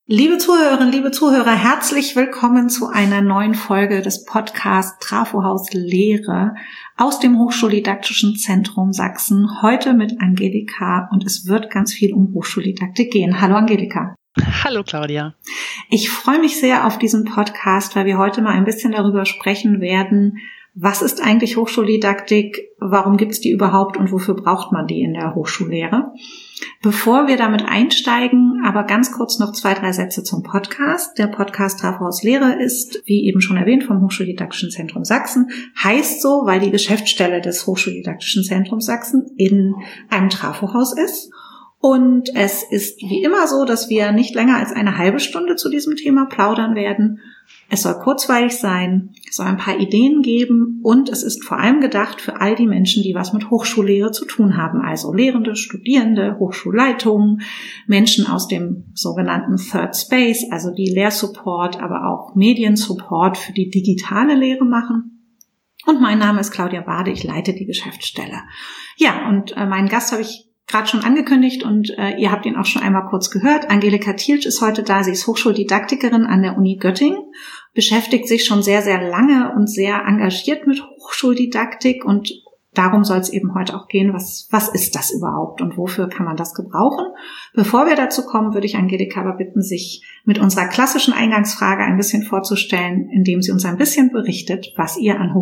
Liebe Zuhörerinnen, liebe Zuhörer, herzlich willkommen zu einer neuen Folge des Podcasts Trafohaus Lehre aus dem Hochschuldidaktischen Zentrum Sachsen. Heute mit Angelika und es wird ganz viel um Hochschuldidaktik gehen. Hallo Angelika. Hallo Claudia. Ich freue mich sehr auf diesen Podcast, weil wir heute mal ein bisschen darüber sprechen werden, was ist eigentlich Hochschuldidaktik, warum gibt es die überhaupt und wofür braucht man die in der Hochschullehre? Bevor wir damit einsteigen, aber ganz kurz noch 2-3 Sätze zum Podcast. Der Podcast Trafohaus Lehre ist, wie eben schon erwähnt, vom Hochschuldidaktischen Zentrum Sachsen. Heißt so, weil die Geschäftsstelle des Hochschuldidaktischen Zentrums Sachsen in einem Trafohaus ist. Und es ist wie immer so, dass wir nicht länger als eine halbe Stunde zu diesem Thema plaudern werden. Es soll kurzweilig sein, es soll ein paar Ideen geben und es ist vor allem gedacht für all die Menschen, die was mit Hochschullehre zu tun haben, also Lehrende, Studierende, Hochschulleitungen, Menschen aus dem sogenannten Third Space, also die Lehrsupport, aber auch Mediensupport für die digitale Lehre machen. Und mein Name ist Claudia Bade, ich leite die Geschäftsstelle. Ja, und meinen Gast habe ich gerade schon angekündigt und ihr habt ihn auch schon einmal kurz gehört. Angelika Thielsch ist heute da. Sie ist Hochschuldidaktikerin an der Uni Göttingen, beschäftigt sich schon sehr, sehr lange und sehr engagiert mit Hochschuldidaktik und darum soll es eben heute auch gehen. Was ist das überhaupt und wofür kann man das gebrauchen? Bevor wir dazu kommen, würde ich Angelika aber bitten, sich mit unserer klassischen Eingangsfrage ein bisschen vorzustellen, indem sie uns ein bisschen berichtet, was ihr an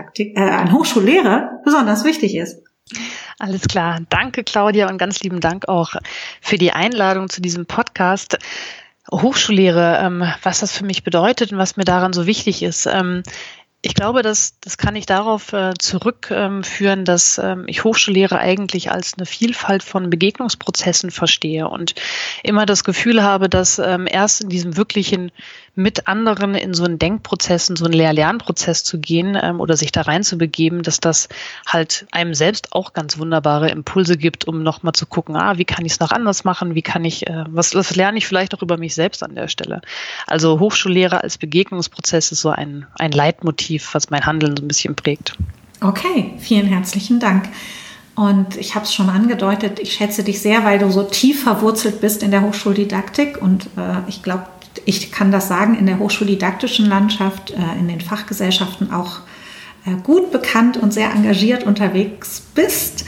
an Hochschullehre besonders wichtig ist. Alles klar. Danke, Claudia, und ganz lieben Dank auch für die Einladung zu diesem Podcast. Hochschullehre, was das für mich bedeutet und was mir daran so wichtig ist. Ich glaube, das kann ich darauf zurückführen, dass ich Hochschullehre eigentlich als eine Vielfalt von Begegnungsprozessen verstehe und immer das Gefühl habe, dass erst in diesem wirklichen mit anderen in so einen Denkprozess, in so einen Lehr-Lernprozess zu gehen oder sich da rein zu begeben, dass das halt einem selbst auch ganz wunderbare Impulse gibt, um nochmal zu gucken, wie kann ich es noch anders machen, wie kann ich, was lerne ich vielleicht auch über mich selbst an der Stelle. Also Hochschullehre als Begegnungsprozess ist so ein Leitmotiv, was mein Handeln so ein bisschen prägt. Okay, vielen herzlichen Dank. Und ich habe es schon angedeutet, ich schätze dich sehr, weil du so tief verwurzelt bist in der Hochschuldidaktik und ich glaube, ich kann das sagen, in der hochschuldidaktischen Landschaft, in den Fachgesellschaften auch gut bekannt und sehr engagiert unterwegs bist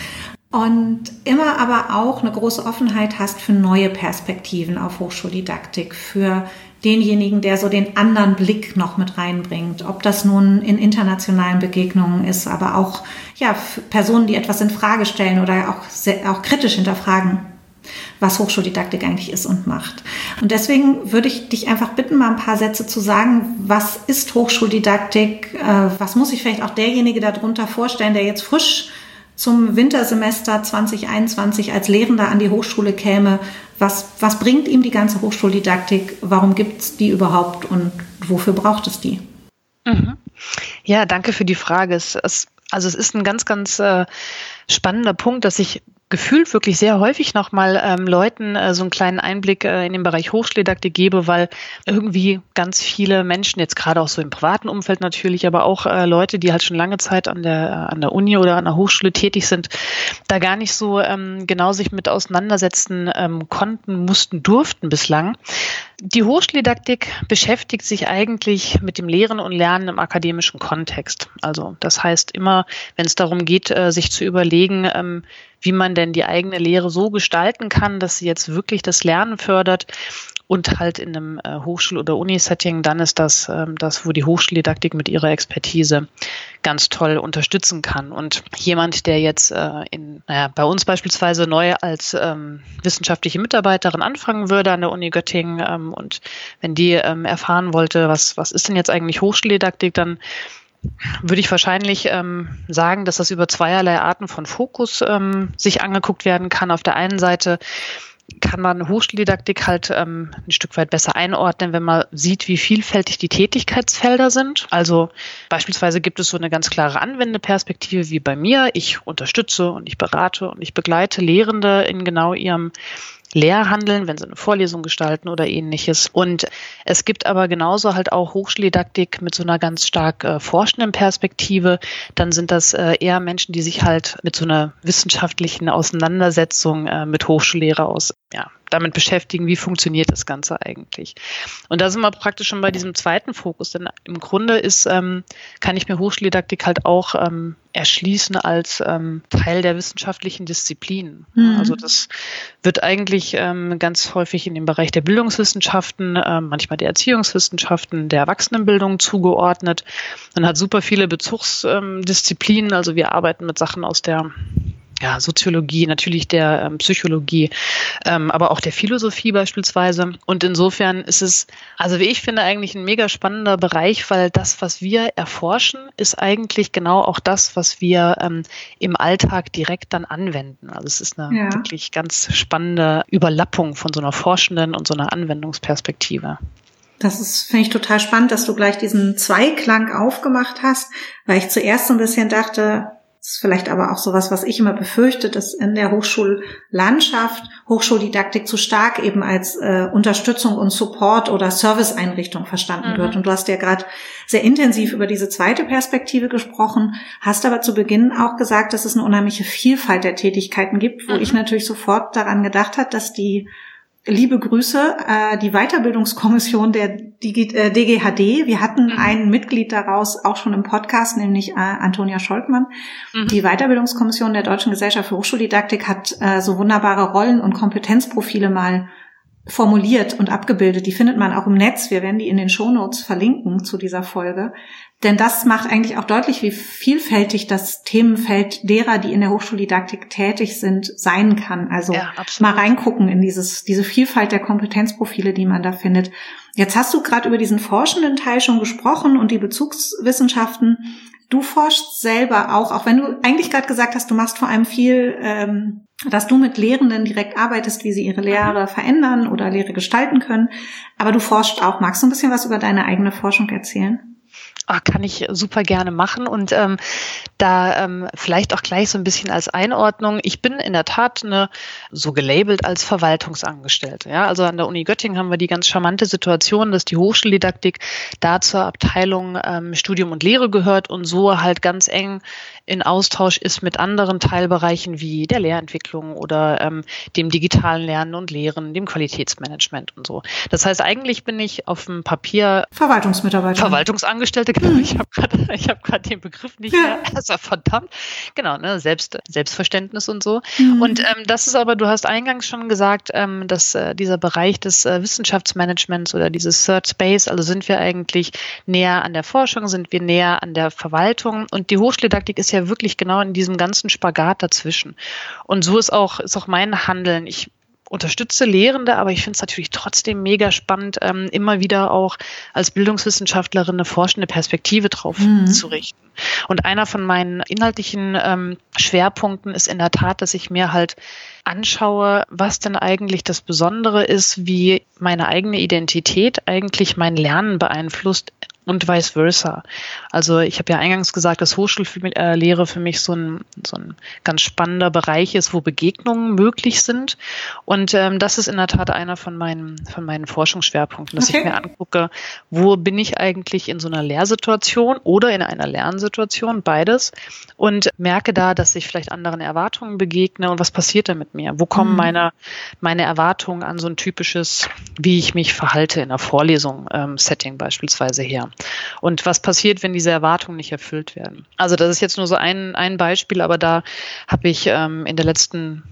und immer aber auch eine große Offenheit hast für neue Perspektiven auf Hochschuldidaktik, für denjenigen, der so den anderen Blick noch mit reinbringt, ob das nun in internationalen Begegnungen ist, aber auch für Personen, die etwas in Frage stellen oder auch kritisch hinterfragen, was Hochschuldidaktik eigentlich ist und macht. Und deswegen würde ich dich einfach bitten, mal ein paar Sätze zu sagen, was ist Hochschuldidaktik, was muss sich vielleicht auch derjenige darunter vorstellen, der jetzt frisch zum Wintersemester 2021 als Lehrender an die Hochschule käme, was bringt ihm die ganze Hochschuldidaktik, warum gibt es die überhaupt und wofür braucht es die? Mhm. Ja, danke für die Frage. Es ist ein ganz, ganz spannender Punkt, dass ich gefühlt wirklich sehr häufig nochmal Leuten so einen kleinen Einblick in den Bereich Hochschuldidaktik gebe, weil irgendwie ganz viele Menschen, jetzt gerade auch so im privaten Umfeld natürlich, aber auch Leute, die halt schon lange Zeit an der Uni oder an der Hochschule tätig sind, da gar nicht so genau sich mit auseinandersetzen konnten, mussten, durften bislang. Die Hochschuldidaktik beschäftigt sich eigentlich mit dem Lehren und Lernen im akademischen Kontext. Also das heißt immer, wenn es darum geht, sich zu überlegen, wie man denn die eigene Lehre so gestalten kann, dass sie jetzt wirklich das Lernen fördert und halt in einem Hochschul- oder Uni-Setting, dann ist das, wo die Hochschuldidaktik mit ihrer Expertise ganz toll unterstützen kann. Und jemand, der jetzt bei uns beispielsweise neu als wissenschaftliche Mitarbeiterin anfangen würde an der Uni Göttingen und wenn die erfahren wollte, was ist denn jetzt eigentlich Hochschuldidaktik, dann würde ich wahrscheinlich sagen, dass das über zweierlei Arten von Fokus sich angeguckt werden kann. Auf der einen Seite kann man Hochschuldidaktik halt ein Stück weit besser einordnen, wenn man sieht, wie vielfältig die Tätigkeitsfelder sind. Also beispielsweise gibt es so eine ganz klare Anwendeperspektive wie bei mir. Ich unterstütze und ich berate und ich begleite Lehrende in genau ihrem Lehrhandeln, wenn sie eine Vorlesung gestalten oder ähnliches. Und es gibt aber genauso halt auch Hochschuldidaktik mit so einer ganz stark forschenden Perspektive. Dann sind das eher Menschen, die sich halt mit so einer wissenschaftlichen Auseinandersetzung mit Hochschullehre damit beschäftigen, wie funktioniert das Ganze eigentlich. Und da sind wir praktisch schon bei diesem zweiten Fokus, denn im Grunde kann ich mir Hochschuldidaktik halt auch erschließen als Teil der wissenschaftlichen Disziplinen. Also das wird eigentlich ganz häufig in dem Bereich der Bildungswissenschaften, manchmal der Erziehungswissenschaften, der Erwachsenenbildung zugeordnet. Man hat super viele Bezugsdisziplinen, also wir arbeiten mit Sachen aus der Soziologie, natürlich der Psychologie, aber auch der Philosophie beispielsweise. Und insofern ist es, also wie ich finde, eigentlich ein mega spannender Bereich, weil das, was wir erforschen, ist eigentlich genau auch das, was wir im Alltag direkt dann anwenden. Also es ist eine wirklich ganz spannende Überlappung von so einer forschenden und so einer Anwendungsperspektive. Das finde ich total spannend, dass du gleich diesen Zweiklang aufgemacht hast, weil ich zuerst so ein bisschen dachte, das ist vielleicht aber auch sowas, was ich immer befürchte, dass in der Hochschullandschaft Hochschuldidaktik zu stark eben als Unterstützung und Support oder Serviceeinrichtung verstanden wird. Und du hast ja gerade sehr intensiv über diese zweite Perspektive gesprochen, hast aber zu Beginn auch gesagt, dass es eine unheimliche Vielfalt der Tätigkeiten gibt, wo ich natürlich sofort daran gedacht habe, dass die liebe Grüße, die Weiterbildungskommission der DGHD. Wir hatten ein Mitglied daraus auch schon im Podcast, nämlich Antonia Scholtmann. Die Weiterbildungskommission der Deutschen Gesellschaft für Hochschuldidaktik hat so wunderbare Rollen- und Kompetenzprofile mal formuliert und abgebildet. Die findet man auch im Netz. Wir werden die in den Shownotes verlinken zu dieser Folge. Denn das macht eigentlich auch deutlich, wie vielfältig das Themenfeld derer, die in der Hochschuldidaktik tätig sind, sein kann. Also mal reingucken in diese Vielfalt der Kompetenzprofile, die man da findet. Jetzt hast du gerade über diesen forschenden Teil schon gesprochen und die Bezugswissenschaften. Du forschst selber auch wenn du eigentlich gerade gesagt hast, du machst vor allem viel, dass du mit Lehrenden direkt arbeitest, wie sie ihre Lehre verändern oder Lehre gestalten können. Aber du forschst auch. Magst du ein bisschen was über deine eigene Forschung erzählen? Kann ich super gerne machen und vielleicht auch gleich so ein bisschen als Einordnung. Ich bin in der Tat so gelabelt als Verwaltungsangestellte. Ja? Also an der Uni Göttingen haben wir die ganz charmante Situation, dass die Hochschuldidaktik da zur Abteilung Studium und Lehre gehört und so halt ganz eng in Austausch ist mit anderen Teilbereichen wie der Lehrentwicklung oder dem digitalen Lernen und Lehren, dem Qualitätsmanagement und so. Das heißt, eigentlich bin ich auf dem Papier Verwaltungsangestellte. Genau, ich habe gerade den Begriff nicht mehr. Also verdammt. Genau, Selbstverständnis und so. Und das ist aber, du hast eingangs schon gesagt, dass dieser Bereich des Wissenschaftsmanagements oder dieses Third Space, also sind wir eigentlich näher an der Forschung, sind wir näher an der Verwaltung und die Hochschuldidaktik ist ja wirklich genau in diesem ganzen Spagat dazwischen. Und so ist auch mein Handeln. Ich unterstütze Lehrende, aber ich finde es natürlich trotzdem mega spannend, immer wieder auch als Bildungswissenschaftlerin eine forschende Perspektive drauf zu richten. Und einer von meinen inhaltlichen Schwerpunkten ist in der Tat, dass ich mir halt anschaue, was denn eigentlich das Besondere ist, wie meine eigene Identität eigentlich mein Lernen beeinflusst und vice versa. Also ich habe ja eingangs gesagt, dass Hochschullehre für mich so ein ganz spannender Bereich ist, wo Begegnungen möglich sind. Und das ist in der Tat einer von meinen Forschungsschwerpunkten, dass ich mir angucke, wo bin ich eigentlich in so einer Lehrsituation oder in einer Lernsituation, beides, und merke da, dass ich vielleicht anderen Erwartungen begegne und was passiert da mit mir? Wo kommen meine Erwartungen an so ein typisches, wie ich mich verhalte in einer Vorlesung, Setting beispielsweise her? Und was passiert, wenn diese Erwartungen nicht erfüllt werden? Also das ist jetzt nur so ein Beispiel, aber da habe ich in den letzten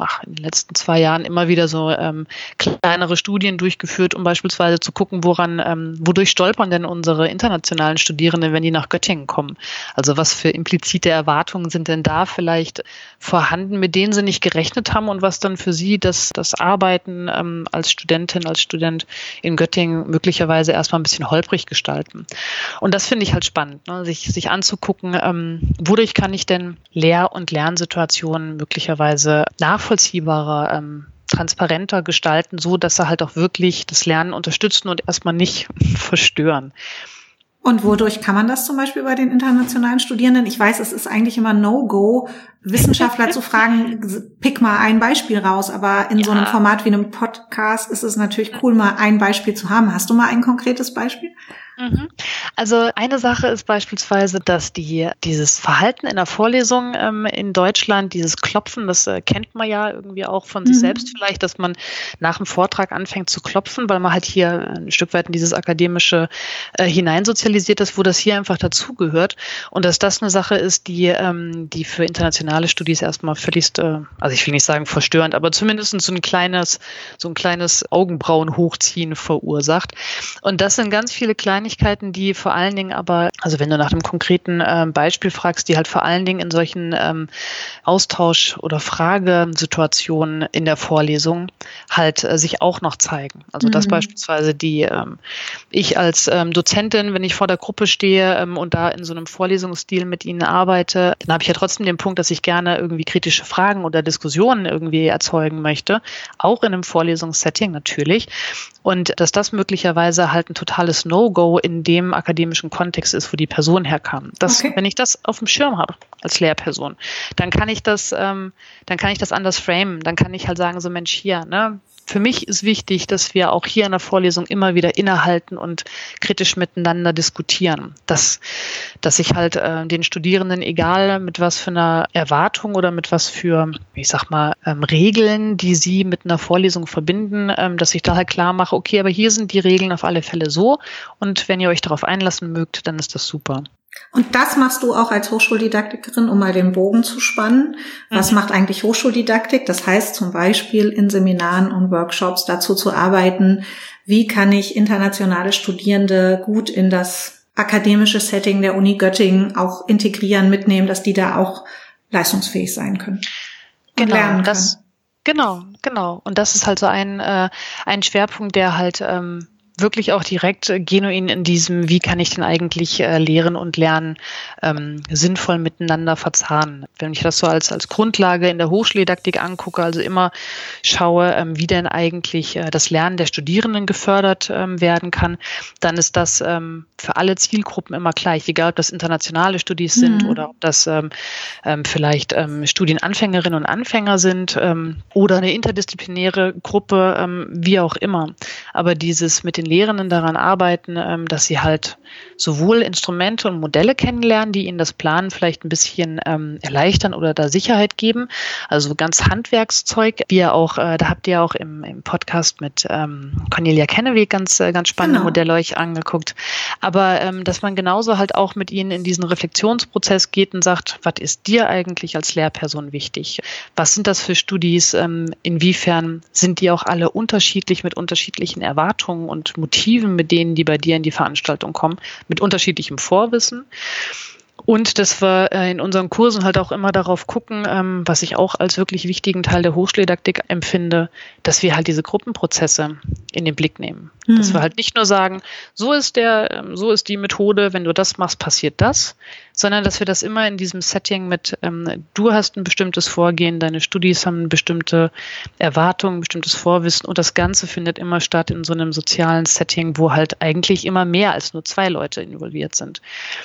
2 Jahren immer wieder so kleinere Studien durchgeführt, um beispielsweise zu gucken, wodurch stolpern denn unsere internationalen Studierenden, wenn die nach Göttingen kommen? Also was für implizite Erwartungen sind denn da vielleicht vorhanden, mit denen sie nicht gerechnet haben und was dann für sie das Arbeiten als Studentin, als Student in Göttingen möglicherweise erstmal ein bisschen holprig gestalten. Und das finde ich halt spannend, ne? sich anzugucken, wodurch kann ich denn Lehr- und Lernsituationen möglicherweise nachvollziehbarer, transparenter gestalten, so dass sie halt auch wirklich das Lernen unterstützen und erstmal nicht verstören. Und wodurch kann man das zum Beispiel bei den internationalen Studierenden? Ich weiß, es ist eigentlich immer No-Go, Wissenschaftler zu fragen, pick mal ein Beispiel raus, aber in so einem Format wie einem Podcast ist es natürlich cool, mal ein Beispiel zu haben. Hast du mal ein konkretes Beispiel? Also eine Sache ist beispielsweise, dass dieses Verhalten in der Vorlesung in Deutschland, dieses Klopfen, das kennt man ja irgendwie auch von sich selbst vielleicht, dass man nach dem Vortrag anfängt zu klopfen, weil man halt hier ein Stück weit in dieses Akademische hineinsozialisiert ist, wo das hier einfach dazugehört. Und dass das eine Sache ist, die für internationale Studis erstmal völlig, also ich will nicht sagen verstörend, aber zumindest so ein kleines Augenbrauen-Hochziehen verursacht. Und das sind ganz viele Kleinigkeiten, die vor allen Dingen aber, also wenn du nach einem konkreten Beispiel fragst, die halt vor allen Dingen in solchen Austausch- oder Fragesituationen in der Vorlesung halt sich auch noch zeigen. Also das beispielsweise ich als Dozentin, wenn ich vor der Gruppe stehe und da in so einem Vorlesungsstil mit ihnen arbeite, dann habe ich ja trotzdem den Punkt, dass ich gerne irgendwie kritische Fragen oder Diskussionen irgendwie erzeugen möchte, auch in einem Vorlesungssetting natürlich. Und dass das möglicherweise halt ein totales No-Go in dem akademischen Kontext ist, wo die Person herkam. Wenn ich das auf dem Schirm habe als Lehrperson, dann kann ich das anders framen. Dann kann ich halt sagen, so Mensch, hier, ne? Für mich ist wichtig, dass wir auch hier in der Vorlesung immer wieder innehalten und kritisch miteinander diskutieren. Dass ich halt den Studierenden, egal mit was für einer Erwartung oder mit was für, ich sag mal, Regeln, die sie mit einer Vorlesung verbinden, dass ich da halt klar mache, okay, aber hier sind die Regeln auf alle Fälle so und wenn ihr euch darauf einlassen mögt, dann ist das super. Und das machst du auch als Hochschuldidaktikerin, um mal den Bogen zu spannen. Was macht eigentlich Hochschuldidaktik? Das heißt zum Beispiel in Seminaren und Workshops dazu zu arbeiten, wie kann ich internationale Studierende gut in das akademische Setting der Uni Göttingen auch integrieren, mitnehmen, dass die da auch leistungsfähig sein können und lernen können. Genau. Und das ist halt so ein Schwerpunkt, der halt wirklich auch direkt genuin in diesem, wie kann ich denn eigentlich Lehren und Lernen sinnvoll miteinander verzahnen. Wenn ich das so als Grundlage in der Hochschuldidaktik angucke, also immer schaue, wie denn eigentlich das Lernen der Studierenden gefördert werden kann, dann ist das für alle Zielgruppen immer gleich, egal ob das internationale Studis sind oder ob das vielleicht Studienanfängerinnen und Anfänger sind oder eine interdisziplinäre Gruppe, wie auch immer. Aber dieses mit den Lehrenden daran arbeiten, dass sie halt sowohl Instrumente und Modelle kennenlernen, die ihnen das Planen vielleicht ein bisschen erleichtern oder da Sicherheit geben. Also ganz Handwerkszeug, wie ihr auch, da habt ihr auch im Podcast mit Cornelia Kenneweg ganz spannende Modelle euch angeguckt. Aber dass man genauso halt auch mit ihnen in diesen Reflexionsprozess geht und sagt, was ist dir eigentlich als Lehrperson wichtig? Was sind das für Studis? Inwiefern sind die auch alle unterschiedlich mit unterschiedlichen Erwartungen und Motiven, mit denen die bei dir in die Veranstaltung kommen, mit unterschiedlichem Vorwissen. Und dass wir in unseren Kursen halt auch immer darauf gucken, was ich auch als wirklich wichtigen Teil der Hochschuldidaktik empfinde, dass wir halt diese Gruppenprozesse in den Blick nehmen. Dass wir halt nicht nur sagen, so ist die Methode, wenn du das machst, passiert das, sondern dass wir das immer in diesem Setting mit, du hast ein bestimmtes Vorgehen, deine Studis haben eine bestimmte Erwartung, ein bestimmtes Vorwissen und das Ganze findet immer statt in so einem sozialen Setting, wo halt eigentlich immer mehr als nur 2 Leute involviert sind.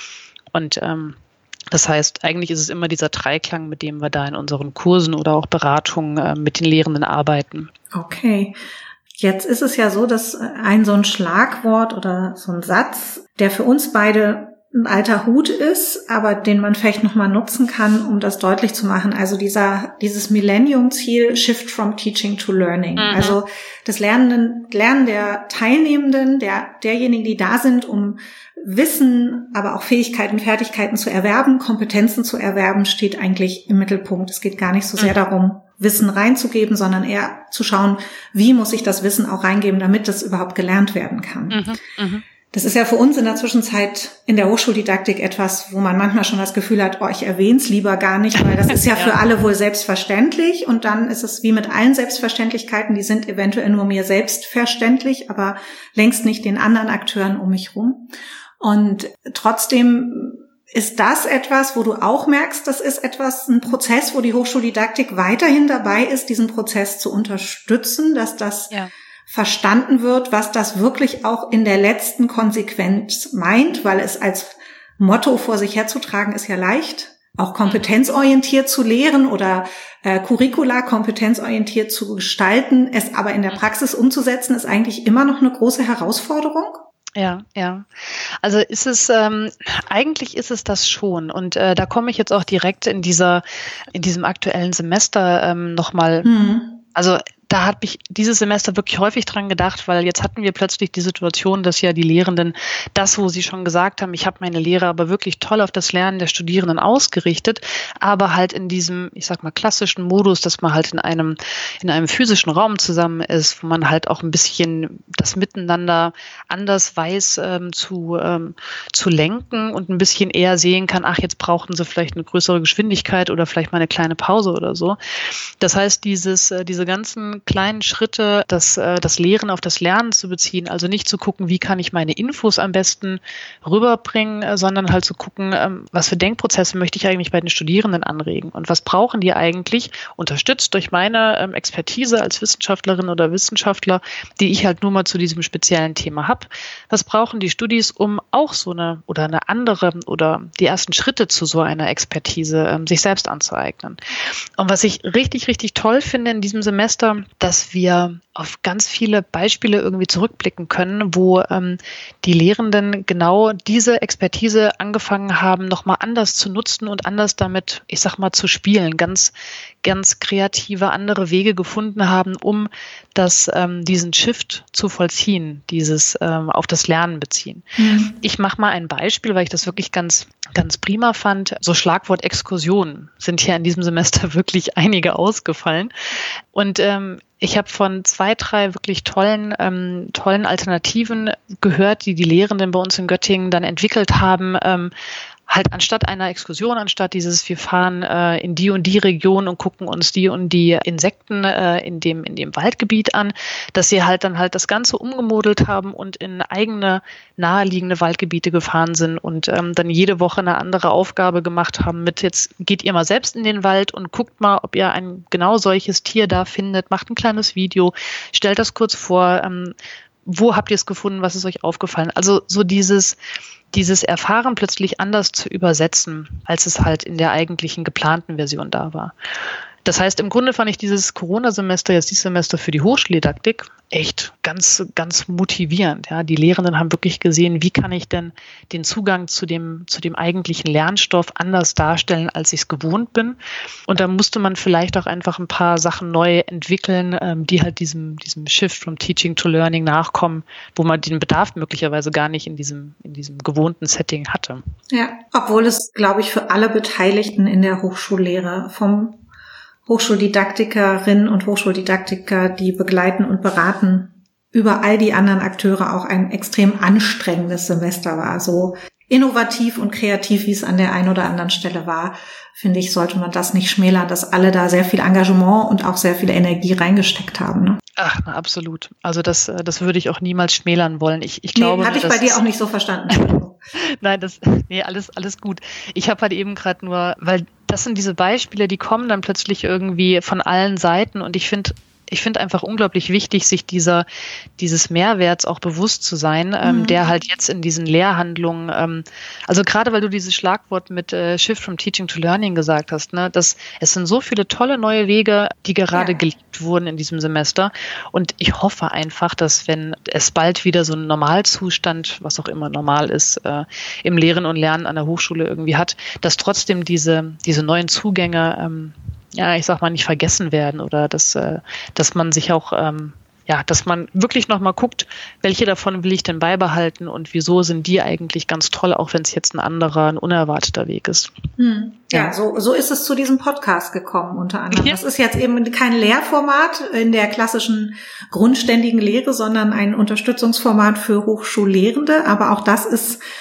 Und das heißt, eigentlich ist es immer dieser Dreiklang, mit dem wir da in unseren Kursen oder auch Beratungen mit den Lehrenden arbeiten. Okay. Jetzt ist es ja so, dass so ein Schlagwort oder so ein Satz, der für uns beide ein alter Hut ist, aber den man vielleicht nochmal nutzen kann, um das deutlich zu machen. Also dieses Millennium-Ziel, Shift from Teaching to Learning. Also das Lernen der Teilnehmenden, derjenigen, die da sind, um Wissen, aber auch Fähigkeiten, Fertigkeiten zu erwerben, Kompetenzen zu erwerben, steht eigentlich im Mittelpunkt. Es geht gar nicht so sehr darum, Wissen reinzugeben, sondern eher zu schauen, wie muss ich das Wissen auch reingeben, damit das überhaupt gelernt werden kann. Das ist ja für uns in der Zwischenzeit in der Hochschuldidaktik etwas, wo man manchmal schon das Gefühl hat, ich erwähne es lieber gar nicht, weil das ist ja für alle wohl selbstverständlich. Und dann ist es wie mit allen Selbstverständlichkeiten, die sind eventuell nur mir selbstverständlich, aber längst nicht den anderen Akteuren um mich rum. Und trotzdem ist das etwas, wo du auch merkst, das ist ein Prozess, wo die Hochschuldidaktik weiterhin dabei ist, diesen Prozess zu unterstützen, dass das verstanden wird, was das wirklich auch in der letzten Konsequenz meint, weil es als Motto vor sich herzutragen ist ja leicht, auch kompetenzorientiert zu lehren oder Curricula kompetenzorientiert zu gestalten, es aber in der Praxis umzusetzen, ist eigentlich immer noch eine große Herausforderung. Ja. Also eigentlich ist es das schon. Und da komme ich jetzt auch direkt in diesem aktuellen Semester nochmal. Also da habe ich dieses Semester wirklich häufig dran gedacht, weil jetzt hatten wir plötzlich die Situation, dass ja die Lehrenden das, wo sie schon gesagt haben, ich habe meine Lehre aber wirklich toll auf das Lernen der Studierenden ausgerichtet, aber halt in diesem, ich sag mal, klassischen Modus, dass man halt in einem physischen Raum zusammen ist, wo man halt auch ein bisschen das Miteinander anders weiß zu lenken und ein bisschen eher sehen kann, ach, jetzt brauchten sie vielleicht eine größere Geschwindigkeit oder vielleicht mal eine kleine Pause oder so. Das heißt, diese ganzen kleinen Schritte, das Lehren auf das Lernen zu beziehen, also nicht zu gucken, wie kann ich meine Infos am besten rüberbringen, sondern halt zu gucken, was für Denkprozesse möchte ich eigentlich bei den Studierenden anregen und was brauchen die eigentlich, unterstützt durch meine Expertise als Wissenschaftlerin oder Wissenschaftler, die ich halt nur mal zu diesem speziellen Thema habe. Was brauchen die Studis, um auch so eine andere oder die ersten Schritte zu so einer Expertise sich selbst anzueignen. Und was ich richtig, richtig toll finde in diesem Semester, dass wir auf ganz viele Beispiele irgendwie zurückblicken können, wo die Lehrenden genau diese Expertise angefangen haben, nochmal anders zu nutzen und anders damit, ich sag mal, zu spielen, ganz, ganz kreative andere Wege gefunden haben, um diesen Shift zu vollziehen, dieses auf das Lernen beziehen. Mhm. Ich mache mal ein Beispiel, weil ich das wirklich ganz, ganz prima fand. So Schlagwort Exkursion sind hier in diesem Semester wirklich einige ausgefallen. Und ich habe von 2, 3 wirklich tollen Alternativen gehört, die Lehrenden bei uns in Göttingen dann entwickelt haben, halt anstatt einer Exkursion, anstatt wir fahren in die und die Region und gucken uns die und die Insekten in dem Waldgebiet an, dass sie halt dann das Ganze umgemodelt haben und in eigene naheliegende Waldgebiete gefahren sind und dann jede Woche eine andere Aufgabe gemacht haben mit, jetzt geht ihr mal selbst in den Wald und guckt mal, ob ihr ein genau solches Tier da findet, macht ein kleines Video, stellt das kurz vor, wo habt ihr es gefunden, was ist euch aufgefallen? Also so dieses Erfahren plötzlich anders zu übersetzen, als es halt in der eigentlichen geplanten Version da war. Das heißt, im Grunde fand ich dieses Corona-Semester, jetzt dieses Semester für die Hochschuldidaktik, echt ganz, ganz motivierend. Ja, die Lehrenden haben wirklich gesehen, wie kann ich denn den Zugang zu dem eigentlichen Lernstoff anders darstellen, als ich es gewohnt bin. Und da musste man vielleicht auch einfach ein paar Sachen neu entwickeln, die halt diesem Shift from Teaching to Learning nachkommen, wo man den Bedarf möglicherweise gar nicht in diesem gewohnten Setting hatte. Ja, obwohl es, glaube ich, für alle Beteiligten in der Hochschullehre vom Hochschuldidaktikerinnen und Hochschuldidaktiker, die begleiten und beraten, über all die anderen Akteure auch ein extrem anstrengendes Semester war. So innovativ und kreativ, wie es an der einen oder anderen Stelle war, finde ich, sollte man das nicht schmälern, dass alle da sehr viel Engagement und auch sehr viel Energie reingesteckt haben. Ne? Ach, na, absolut. Also das würde ich auch niemals schmälern wollen. Ich glaube, hatte ich bei dir auch nicht so verstanden. Nein, alles gut. Ich habe halt eben gerade nur, weil das sind diese Beispiele, die kommen dann plötzlich irgendwie von allen Seiten und ich finde einfach unglaublich wichtig, sich dieses Mehrwerts auch bewusst zu sein, der halt jetzt in diesen Lehrhandlungen, also gerade weil du dieses Schlagwort mit Shift from Teaching to Learning gesagt hast, ne, es sind so viele tolle neue Wege, die gerade gelebt wurden in diesem Semester und ich hoffe einfach, dass wenn es bald wieder so einen Normalzustand, was auch immer normal ist, im Lehren und Lernen an der Hochschule irgendwie hat, dass trotzdem diese neuen Zugänge ich sag mal, nicht vergessen werden oder dass man sich auch, dass man wirklich nochmal guckt, welche davon will ich denn beibehalten und wieso sind die eigentlich ganz toll, auch wenn es jetzt ein unerwarteter Weg ist. Ja, so ist es zu diesem Podcast gekommen unter anderem. Ja. Das ist jetzt eben kein Lehrformat in der klassischen grundständigen Lehre, sondern ein Unterstützungsformat für Hochschullehrende. Aber auch das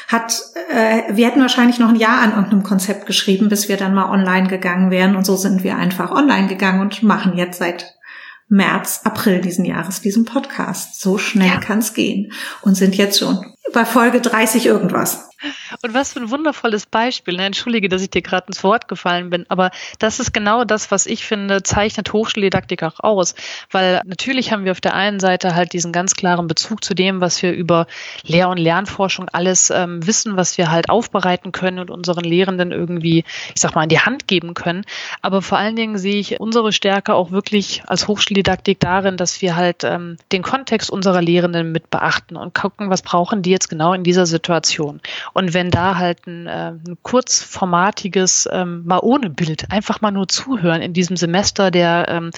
wir hätten wahrscheinlich noch ein Jahr an irgendeinem Konzept geschrieben, bis wir dann mal online gegangen wären. Und so sind wir einfach online gegangen und machen jetzt seit März, April diesen Jahres diesen Podcast. So schnell kann es gehen. Und sind jetzt schon bei Folge 30 irgendwas. Und was für ein wundervolles Beispiel. Ne? Entschuldige, dass ich dir gerade ins Wort gefallen bin, aber das ist genau das, was ich finde, zeichnet Hochschuldidaktik auch aus. Weil natürlich haben wir auf der einen Seite halt diesen ganz klaren Bezug zu dem, was wir über Lehr- und Lernforschung alles wissen, was wir halt aufbereiten können und unseren Lehrenden irgendwie, ich sag mal, in die Hand geben können. Aber vor allen Dingen sehe ich unsere Stärke auch wirklich als Hochschuldidaktik darin, dass wir halt den Kontext unserer Lehrenden mit beachten und gucken, was brauchen die jetzt genau in dieser Situation. Und wenn da halt ein kurzformatiges, mal ohne Bild, einfach mal nur zuhören in diesem Semester der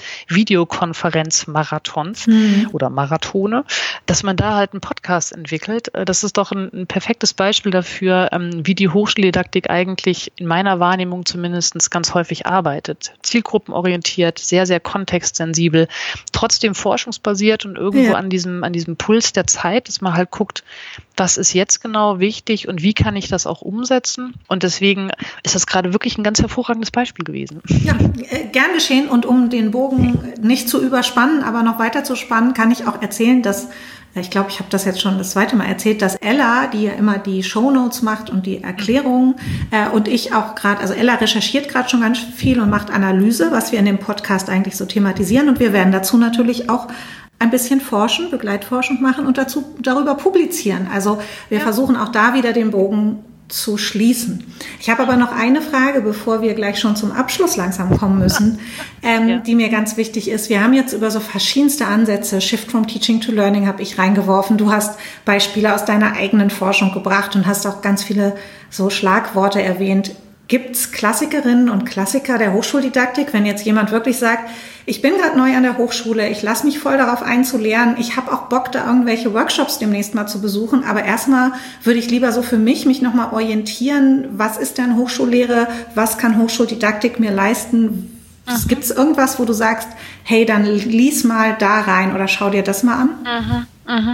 Videokonferenzmarathons oder Marathone, dass man da halt einen Podcast entwickelt, das ist doch ein perfektes Beispiel dafür, wie die Hochschuldidaktik eigentlich in meiner Wahrnehmung zumindest ganz häufig arbeitet. Zielgruppenorientiert, sehr, sehr kontextsensibel, trotzdem forschungsbasiert und irgendwo an diesem Puls der Zeit, dass man halt guckt, was ist jetzt genau wichtig und wie kann ich das auch umsetzen? Und deswegen ist das gerade wirklich ein ganz hervorragendes Beispiel gewesen. Ja, gern geschehen. Und um den Bogen nicht zu überspannen, aber noch weiter zu spannen, kann ich auch erzählen, dass, ich glaube, ich habe das jetzt schon das zweite Mal erzählt, dass Ella, die ja immer die Shownotes macht und die Erklärungen und ich auch gerade, also Ella recherchiert gerade schon ganz viel und macht Analyse, was wir in dem Podcast eigentlich so thematisieren. Und wir werden dazu natürlich auch ein bisschen forschen, Begleitforschung machen und darüber publizieren. Also wir versuchen auch da wieder den Bogen zu schließen. Ich habe aber noch eine Frage, bevor wir gleich schon zum Abschluss langsam kommen müssen, die mir ganz wichtig ist. Wir haben jetzt über so verschiedenste Ansätze, Shift from Teaching to Learning habe ich reingeworfen. Du hast Beispiele aus deiner eigenen Forschung gebracht und hast auch ganz viele so Schlagworte erwähnt. Gibt's Klassikerinnen und Klassiker der Hochschuldidaktik, wenn jetzt jemand wirklich sagt, ich bin gerade neu an der Hochschule, ich lasse mich voll darauf ein zu lernen, ich habe auch Bock, da irgendwelche Workshops demnächst mal zu besuchen, aber erstmal würde ich lieber so für mich nochmal orientieren, was ist denn Hochschullehre, was kann Hochschuldidaktik mir leisten? Gibt es irgendwas, wo du sagst, hey, dann lies mal da rein oder schau dir das mal an?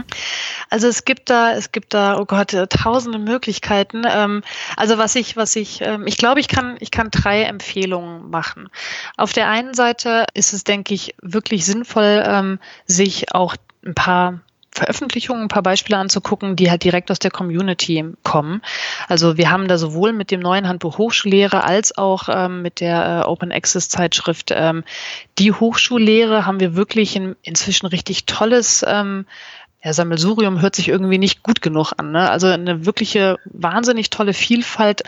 Also es gibt da, oh Gott, tausende Möglichkeiten. Also ich glaube, ich kann 3 Empfehlungen machen. Auf der einen Seite ist es, denke ich, wirklich sinnvoll, sich auch ein paar Veröffentlichungen, ein paar Beispiele anzugucken, die halt direkt aus der Community kommen. Also wir haben da sowohl mit dem neuen Handbuch Hochschullehre als auch mit der Open Access Zeitschrift die Hochschullehre haben wir wirklich inzwischen richtig tolles Sammelsurium hört sich irgendwie nicht gut genug an. Ne? Also eine wirkliche wahnsinnig tolle Vielfalt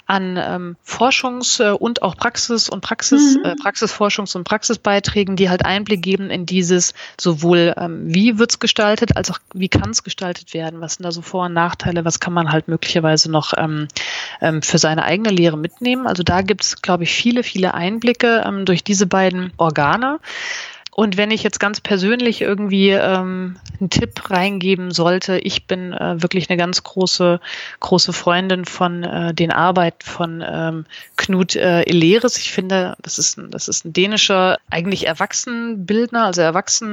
an Forschungs- und auch Praxisforschungs- und Praxisbeiträgen, die halt Einblick geben in dieses sowohl wie wird's gestaltet, als auch wie kann es gestaltet werden. Was sind da so Vor- und Nachteile? Was kann man halt möglicherweise noch für seine eigene Lehre mitnehmen? Also da gibt's, glaube ich, viele, viele Einblicke durch diese beiden Organe. Und wenn ich jetzt ganz persönlich irgendwie einen Tipp reingeben sollte, ich bin wirklich eine ganz große Freundin von den Arbeiten von Knut Elleres. Ich finde, das ist ein dänischer, eigentlich Erwachsenenbildner, also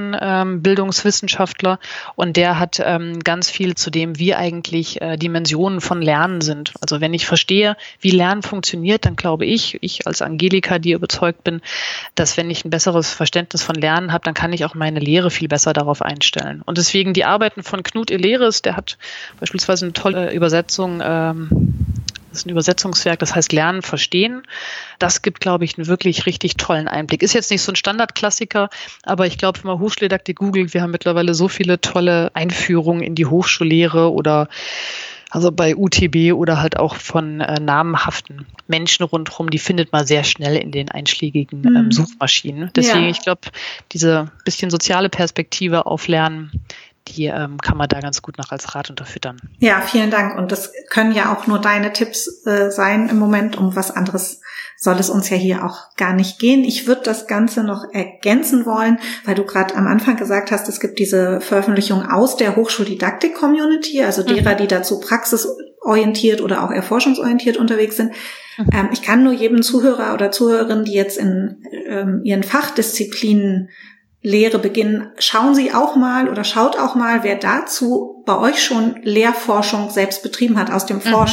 Erwachsenenbildungswissenschaftler. Und der hat ganz viel zu dem, wie eigentlich Dimensionen von Lernen sind. Also wenn ich verstehe, wie Lernen funktioniert, dann glaube ich als Angelika, die überzeugt bin, dass wenn ich ein besseres Verständnis von Lernen habe, dann kann ich auch meine Lehre viel besser darauf einstellen. Und deswegen die Arbeiten von Knut Elleres, der hat beispielsweise eine tolle Übersetzung, das ist ein Übersetzungswerk, das heißt Lernen, Verstehen. Das gibt, glaube ich, einen wirklich richtig tollen Einblick. Ist jetzt nicht so ein Standardklassiker, aber ich glaube, wenn man Hochschuldidaktik googelt, wir haben mittlerweile so viele tolle Einführungen in die Hochschullehre oder also bei UTB oder halt auch von namhaften Menschen rundherum, die findet man sehr schnell in den einschlägigen Suchmaschinen. Deswegen, ich glaube, diese bisschen soziale Perspektive auf Lernen, die kann man da ganz gut noch als Rat unterfüttern. Ja, vielen Dank. Und das können ja auch nur deine Tipps sein im Moment. Um was anderes soll es uns ja hier auch gar nicht gehen. Ich würde das Ganze noch ergänzen wollen, weil du gerade am Anfang gesagt hast, es gibt diese Veröffentlichung aus der Hochschuldidaktik-Community, also derer, die dazu praxisorientiert oder auch eher forschungsorientiert unterwegs sind. Ich kann nur jedem Zuhörer oder Zuhörerin, die jetzt in ihren Fachdisziplinen Lehre beginnen, schauen Sie auch mal oder schaut auch mal, wer dazu bei euch schon Lehrforschung selbst betrieben hat aus dem Fach.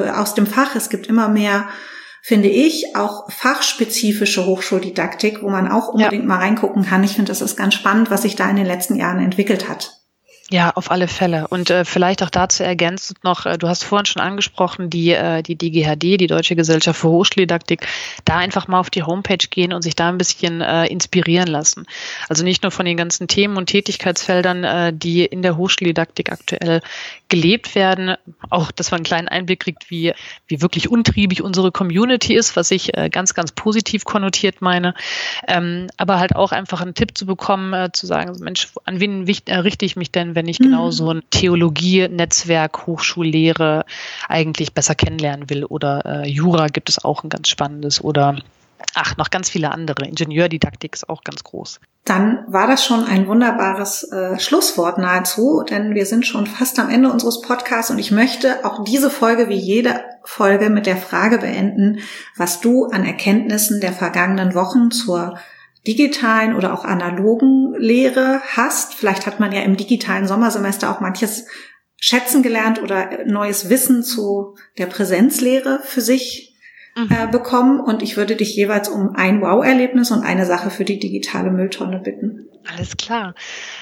Es gibt immer mehr, finde ich, auch fachspezifische Hochschuldidaktik, wo man auch unbedingt mal reingucken kann. Ich finde, das ist ganz spannend, was sich da in den letzten Jahren entwickelt hat. Ja, auf alle Fälle. Und vielleicht auch dazu ergänzend noch, du hast vorhin schon angesprochen, die DGHD, die Deutsche Gesellschaft für Hochschuldidaktik, da einfach mal auf die Homepage gehen und sich da ein bisschen inspirieren lassen. Also nicht nur von den ganzen Themen und Tätigkeitsfeldern, die in der Hochschuldidaktik aktuell gelebt werden, auch, dass man einen kleinen Einblick kriegt, wie wirklich untriebig unsere Community ist, was ich ganz, ganz positiv konnotiert meine, aber halt auch einfach einen Tipp zu bekommen, zu sagen, Mensch, an wen richte ich mich denn, wenn ich genau so ein Theologie-Netzwerk, Hochschullehre eigentlich besser kennenlernen will, oder Jura gibt es auch ein ganz spannendes, oder noch ganz viele andere. Ingenieurdidaktik ist auch ganz groß. Dann war das schon ein wunderbares Schlusswort nahezu, denn wir sind schon fast am Ende unseres Podcasts und ich möchte auch diese Folge wie jede Folge mit der Frage beenden, was du an Erkenntnissen der vergangenen Wochen zur digitalen oder auch analogen Lehre hast. Vielleicht hat man ja im digitalen Sommersemester auch manches schätzen gelernt oder neues Wissen zu der Präsenzlehre für sich bekommen. Und ich würde dich jeweils um ein Wow-Erlebnis und eine Sache für die digitale Mülltonne bitten. Alles klar.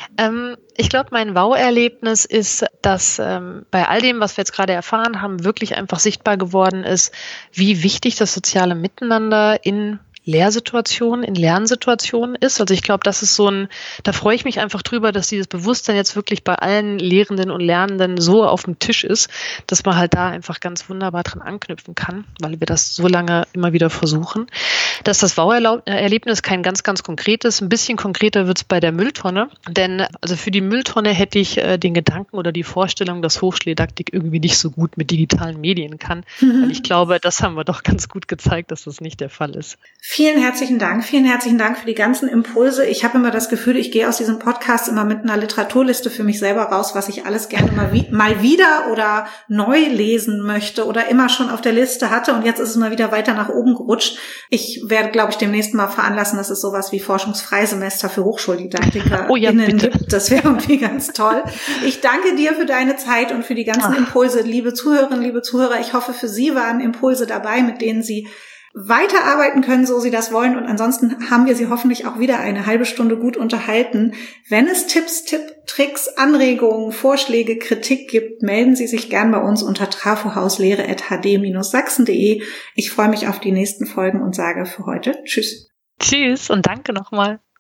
Ich glaube, mein Wow-Erlebnis ist, dass bei all dem, was wir jetzt gerade erfahren haben, wirklich einfach sichtbar geworden ist, wie wichtig das soziale Miteinander in Lehrsituationen, in Lernsituationen ist. Also ich glaube, das ist da freue ich mich einfach drüber, dass dieses Bewusstsein jetzt wirklich bei allen Lehrenden und Lernenden so auf dem Tisch ist, dass man halt da einfach ganz wunderbar dran anknüpfen kann, weil wir das so lange immer wieder versuchen. Dass das Wow-Erlebnis kein ganz, ganz konkretes, ein bisschen konkreter wird es bei der Mülltonne, denn also für die Mülltonne hätte ich den Gedanken oder die Vorstellung, dass Hochschuldidaktik irgendwie nicht so gut mit digitalen Medien kann, weil ich glaube, das haben wir doch ganz gut gezeigt, dass das nicht der Fall ist. Vielen herzlichen Dank für die ganzen Impulse. Ich habe immer das Gefühl, ich gehe aus diesem Podcast immer mit einer Literaturliste für mich selber raus, was ich alles gerne mal wieder oder neu lesen möchte oder immer schon auf der Liste hatte und jetzt ist es mal wieder weiter nach oben gerutscht. Ich werde, glaube ich, demnächst mal veranlassen, dass es sowas wie Forschungsfreisemester für HochschuldidaktikerInnen gibt. Das wäre irgendwie ganz toll. Ich danke dir für deine Zeit und für die ganzen Impulse. Liebe Zuhörerinnen, liebe Zuhörer, ich hoffe, für Sie waren Impulse dabei, mit denen Sie weiterarbeiten können, so Sie das wollen. Und ansonsten haben wir Sie hoffentlich auch wieder eine halbe Stunde gut unterhalten. Wenn es Tipps, Tricks, Anregungen, Vorschläge, Kritik gibt, melden Sie sich gern bei uns unter trafohauslehre@hd-sachsen.de. Ich freue mich auf die nächsten Folgen und sage für heute Tschüss. Tschüss und danke nochmal.